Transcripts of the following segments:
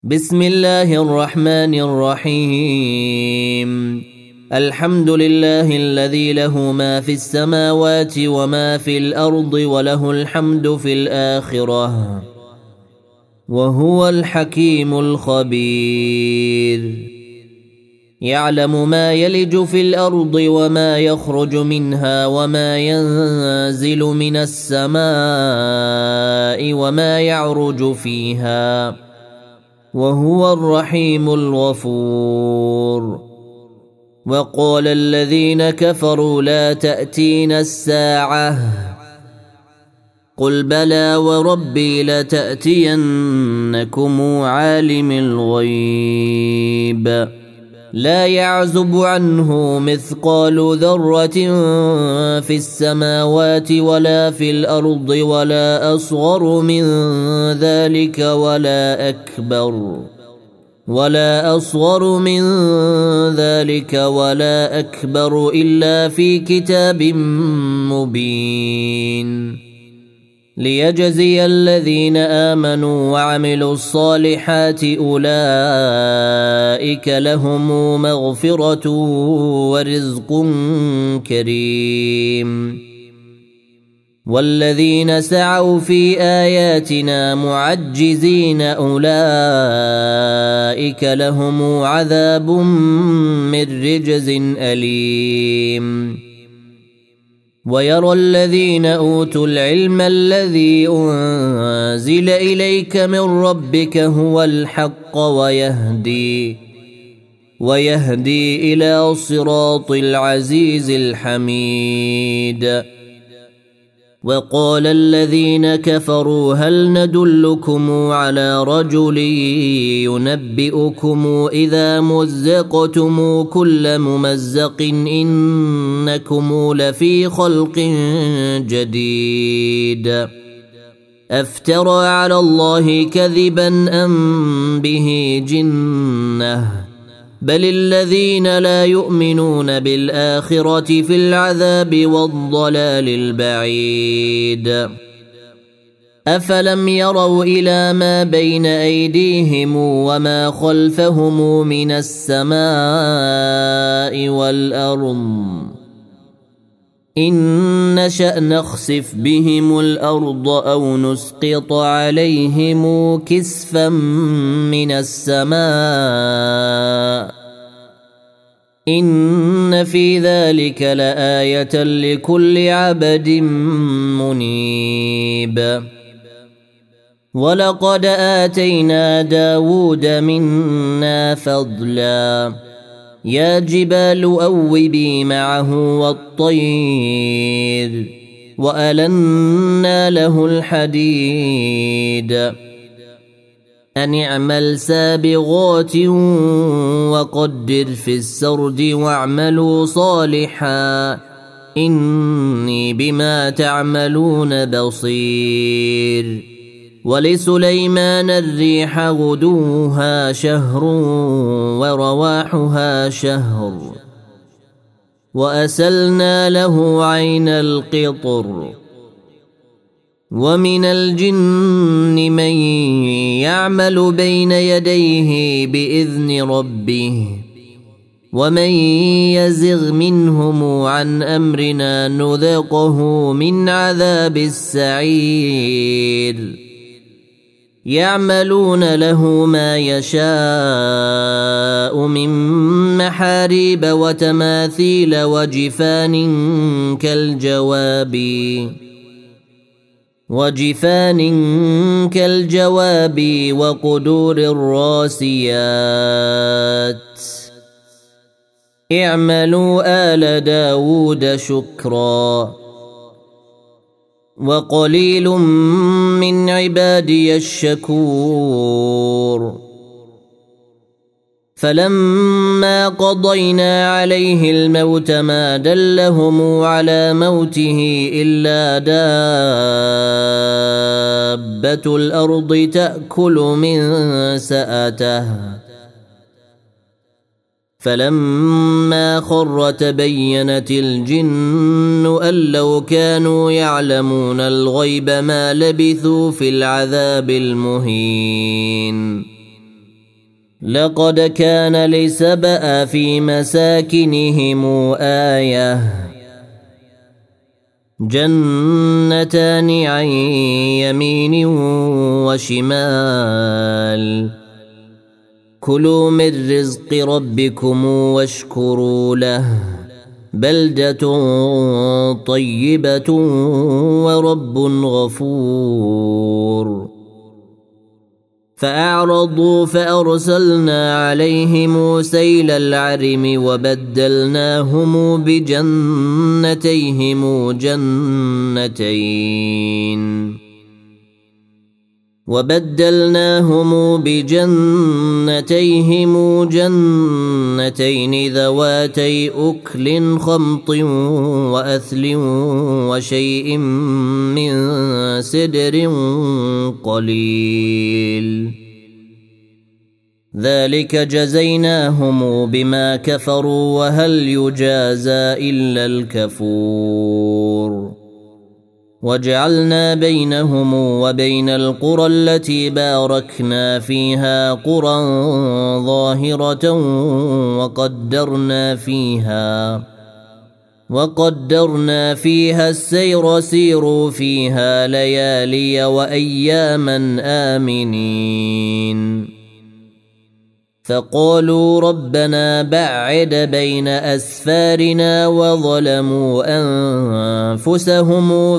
بسم الله الرحمن الرحيم. الحمد لله الذي له ما في السماوات وما في الأرض وله الحمد في الآخرة وهو الحكيم الخبير. يعلم ما يلج في الأرض وما يخرج منها وما ينزل من السماء وما يعرج فيها وهو الرحيم الغفور. وقال الذين كفروا لا تأتينا الساعة قل بلى وربي لتأتينكم عالم الغيب لا يعزب عنه مثقال ذرة في السماوات ولا في الأرض ولا أصغر من ذلك ولا أكبر إلا في كتاب مبين ليجزي الذين آمنوا وعملوا الصالحات أولئك لهم مغفرة ورزق كريم. والذين سعوا في آياتنا معجزين أولئك لهم عذاب من رجز أليم. ويرى الذين أوتوا العلم الذي أنزل إليك من ربك هو الحق ويهدي إلى صراط العزيز الحميد. وقال الذين كفروا هل ندلكم على رجل ينبئكم إذا مزقتم كل ممزق إنكم لفي خلق جديد أفترى على الله كذبا أم به جنة بل الذين لا يؤمنون بالآخرة في العذاب والضلال البعيد. أفلم يروا إلى ما بين أيديهم وما خلفهم من السماء والأرض إن نشأ نخسف بهم الأرض أو نسقط عليهم كسفا من السماء إن في ذلك لآية لكل عبد منيب. ولقد آتينا داود منا فضلا يا جبال أوبي معه والطير وألنا له الحديد أن اعمل سابغات وقدر في السرد واعملوا صالحا إني بما تعملون بصير. ولسليمان الريح غدوها شهر ورواحها شهر وأسلنا له عين القطر. ومن الجن من يعمل بين يديه بإذن ربه ومن يزغ منهم عن أمرنا نذقه من عذاب السعير. يعملون له ما يشاء من محاريب وتماثيل وجفان كالجواب وقدور الراسيات. اعملوا آل داود شكرا وقليل من عبادي الشكور. فلما قضينا عليه الموت ما دلهم على موته إلا دابة الأرض تأكل من سأته فلما خر تبينت الجن أن لو كانوا يعلمون الغيب ما لبثوا في العذاب المهين لقد كان لسبأ في مساكنهم آية جنتان عن يمين وشمال كلوا من رزق ربكم واشكروا له بلدة طيبة ورب غفور فأعرضوا فأرسلنا عليهم سيل العرم وبدلناهم بجنتين ذواتي أكل خمط وأثل وشيء من سدر قليل ذلك جزيناهم بما كفروا وهل يجازى إلا الكفور وجعلنا بينهم وبين القرى التي باركنا فيها قرى ظاهرة وقدرنا فيها السير سيروا فيها ليالي وأياما آمنين فقالوا ربنا بعد بين أسفارنا وظلموا أنفسهم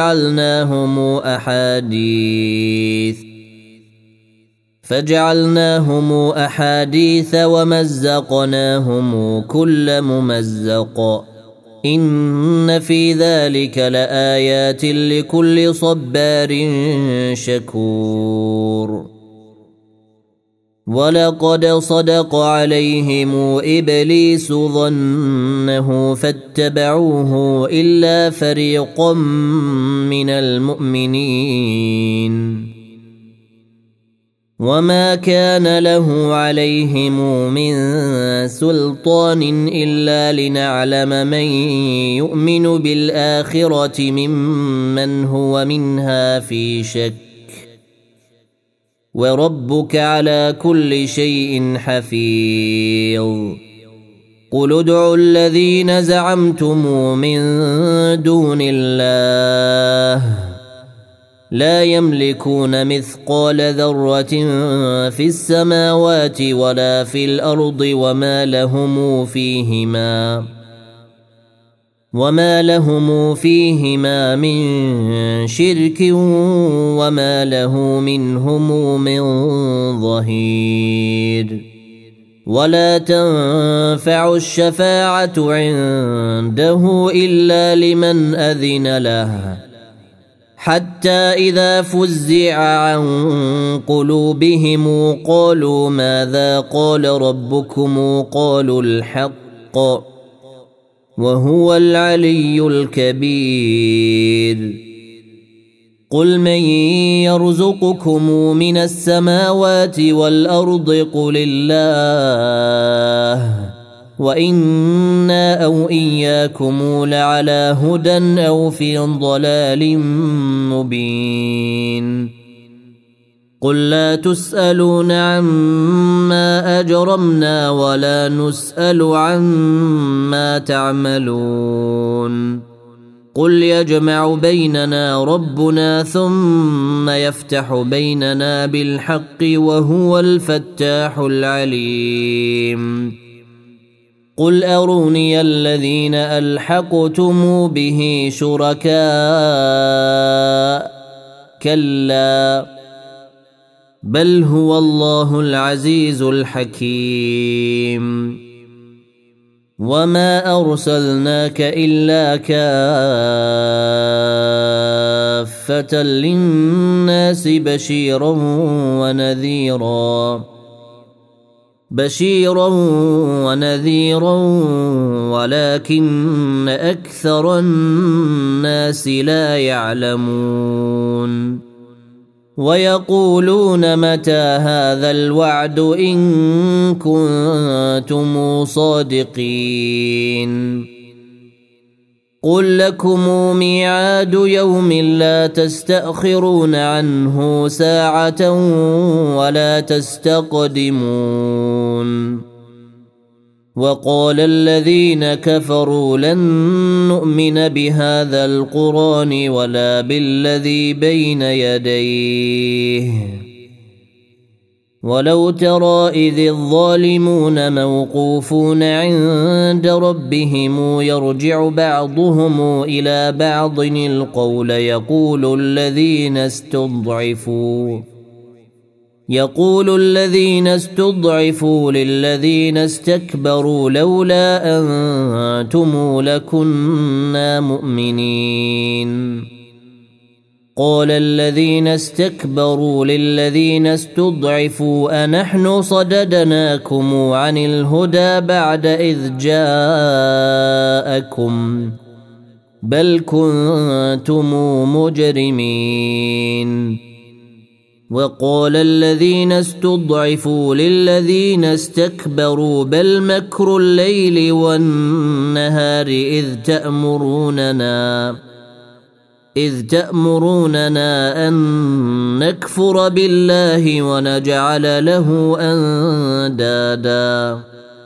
فجعلناهم أحاديث ومزقناهم كل ممزق إن في ذلك لآيات لكل صبار شكور ولقد صدق عليهم إبليس ظنه فاتبعوه إلا فريقا من المؤمنين وما كان له عليهم من سلطان إلا لنعلم من يؤمن بالآخرة ممن هو منها في شك وربك على كل شيء حفيظ قل ادعوا الذين زعمتم من دون الله لا يملكون مثقال ذرة في السماوات ولا في الأرض وما لهم فيهما من شرك وما له منهم من ظهير ولا تنفع الشفاعة عنده إلا لمن أذن له حتى إذا فزع عن قلوبهم قالوا ماذا قال ربكم قالوا الحق وهو العلي الكبير قل من يرزقكم من السماوات والأرض قل الله وإنا أو إياكم لعلى هدى أو في ضلال مبين قل لا تسألون عما أجرمنا ولا نسأل عما تعملون قل يجمع بيننا ربنا ثم يفتح بيننا بالحق وهو الفتاح العليم قل أروني الذين ألحقتم به شركاء كلا بل هو الله العزيز الحكيم وما أرسلناك إلا كافة للناس بشيرا ونذيرا ولكن أكثر الناس لا يعلمون ويقولون متى هذا الوعد إن كنتم صادقين قل لكم ميعاد يوم لا تستأخرون عنه ساعة ولا تستقدمون وقال الذين كفروا لن نؤمن بهذا القرآن ولا بالذي بين يديه ولو ترى إذ الظالمون موقوفون عند ربهم يرجع بعضهم إلى بعض القول يقول الذين استضعفوا للذين استكبروا لولا أنتم لكنا مؤمنين قال الذين استكبروا للذين استضعفوا أنحن صددناكم عن الهدى بعد إذ جاءكم بل كنتم مجرمين وقال الذين استضعفوا للذين استكبروا بل مكر الليل والنهار إذ تأمروننا أن نكفر بالله ونجعل له أندادا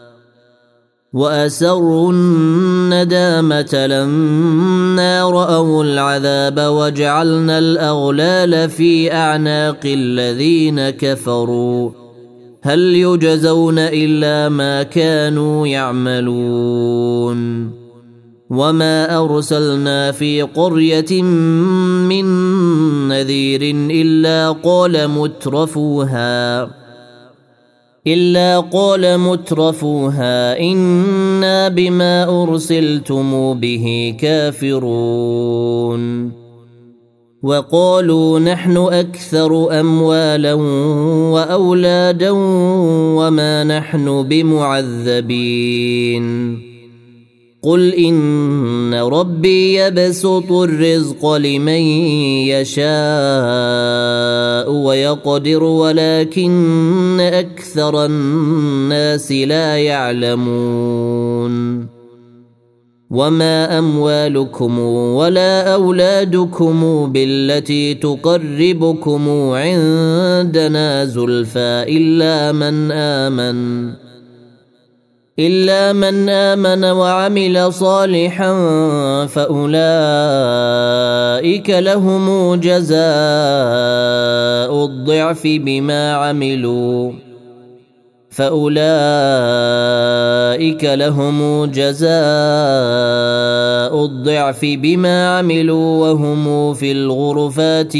وأسروا الندامة لما رأوا العذاب وجعلنا الأغلال في أعناق الذين كفروا هل يجزون إلا ما كانوا يعملون وما أرسلنا في قرية من نذير إلا قال مترفوها إنا بما أرسلتم به كافرون وقالوا نحن أكثر أموالا وأولادا وما نحن بمعذبين قل إن ربي يبسط الرزق لمن يشاء ويقدر ولكن أكثر الناس لا يعلمون وما أموالكم ولا أولادكم بالتي تقربكم عندنا زلفى إلا من آمن وعمل صالحا فأولئك لهم جزاء الضعف بما عملوا وهم في الغرفات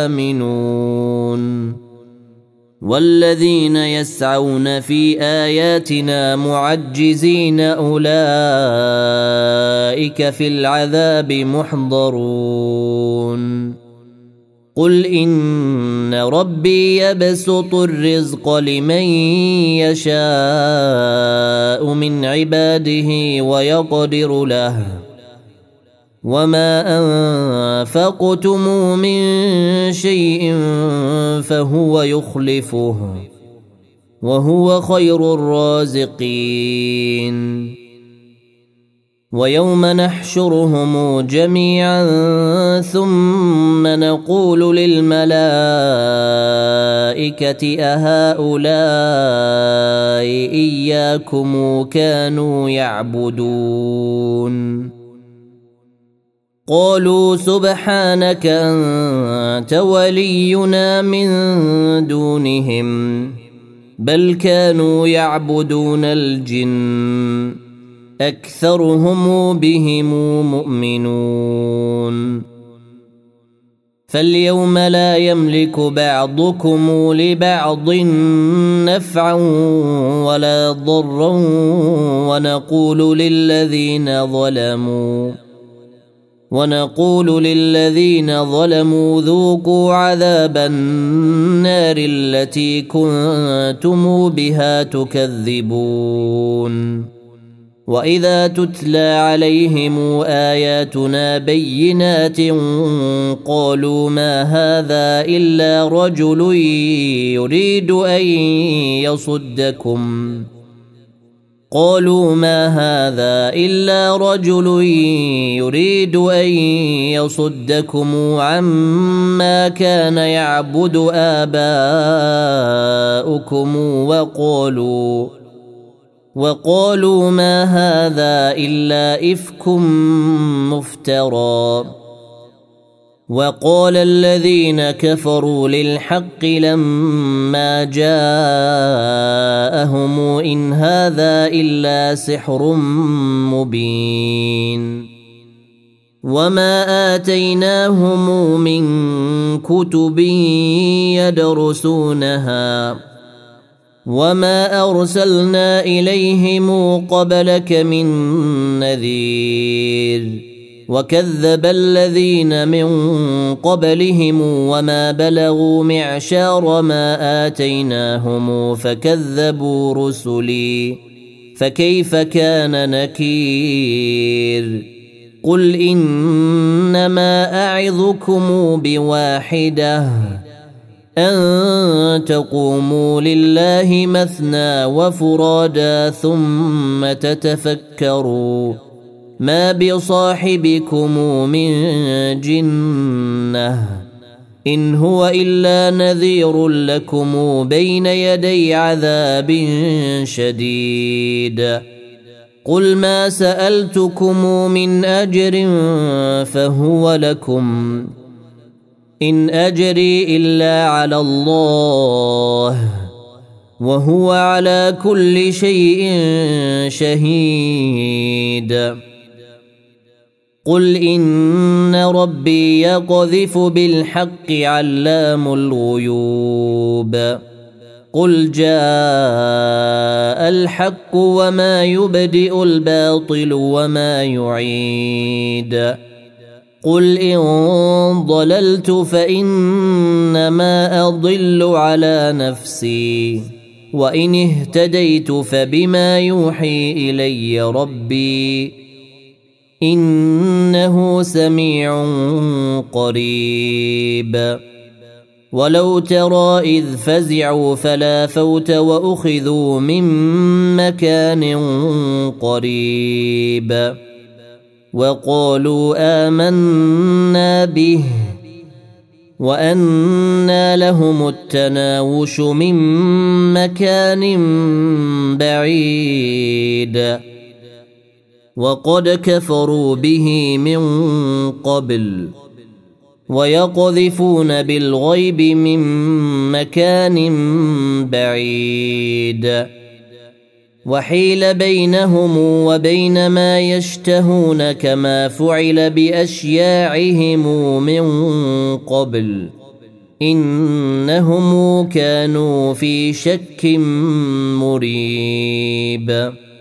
آمنون والذين يسعون في آياتنا معجزين أولئك في العذاب محضرون قل إن ربي يبسط الرزق لمن يشاء من عباده ويقدر له وما أنفقتم من شيء فهو يخلفه وهو خير الرازقين ويوم نحشرهم جميعا ثم نقول للملائكة أهؤلاء إياكم كانوا يعبدون قالوا سبحانك أنت ولينا من دونهم بل كانوا يعبدون الجن أكثرهم بهم مؤمنون فاليوم لا يملك بعضكم لبعض نفعا ولا ضرا ونقول للذين ظلموا ذوقوا عذاب النار التي كنتم بها تكذبون وإذا تتلى عليهم آياتنا بينات قالوا ما هذا إلا رجل يريد أن قالوا ما هذا إلا رجل يريد أن يصدكم عما كان يعبد آباؤكم وقالوا ما هذا إلا إفك مفترى. وقال الذين كفروا للحق لما جاءهم إن هذا إلا سحر مبين. وما آتيناهم من كتب يدرسونها وما أرسلنا إليهم قبلك من نذير وكذب الذين من قبلهم وما بلغوا معشار ما آتيناهم فكذبوا رسلي فكيف كان نكير. قل إنما أعظكم بواحدة أن تقوموا لله مثنى وفرادا ثم تتفكروا ما بصاحبكم من جنة إن هو إلا نذير لكم بين يدي عذاب شديد. قل ما سألتكم من أجر فهو لكم إن أجري إلا على الله وهو على كل شيء شهيد. قل إن ربي يقذف بالحق علام الغيوب. قل جاء الحق وما يبدئ الباطل وما يعيد. قل إن ضللت فإنما أضل على نفسي وإن اهتديت فبما يوحي إلي ربي إنه سميع قريب. ولو ترى إذ فزعوا فلا فوت وأخذوا من مكان قريب وقالوا آمنا به وأنى لهم التناوش من مكان بعيد وقد كفروا به من قبل ويقذفون بالغيب من مكان بعيد وحيل بينهم وبين ما يشتهون كما فعل بأشياعهم من قبل إنهم كانوا في شك مريب.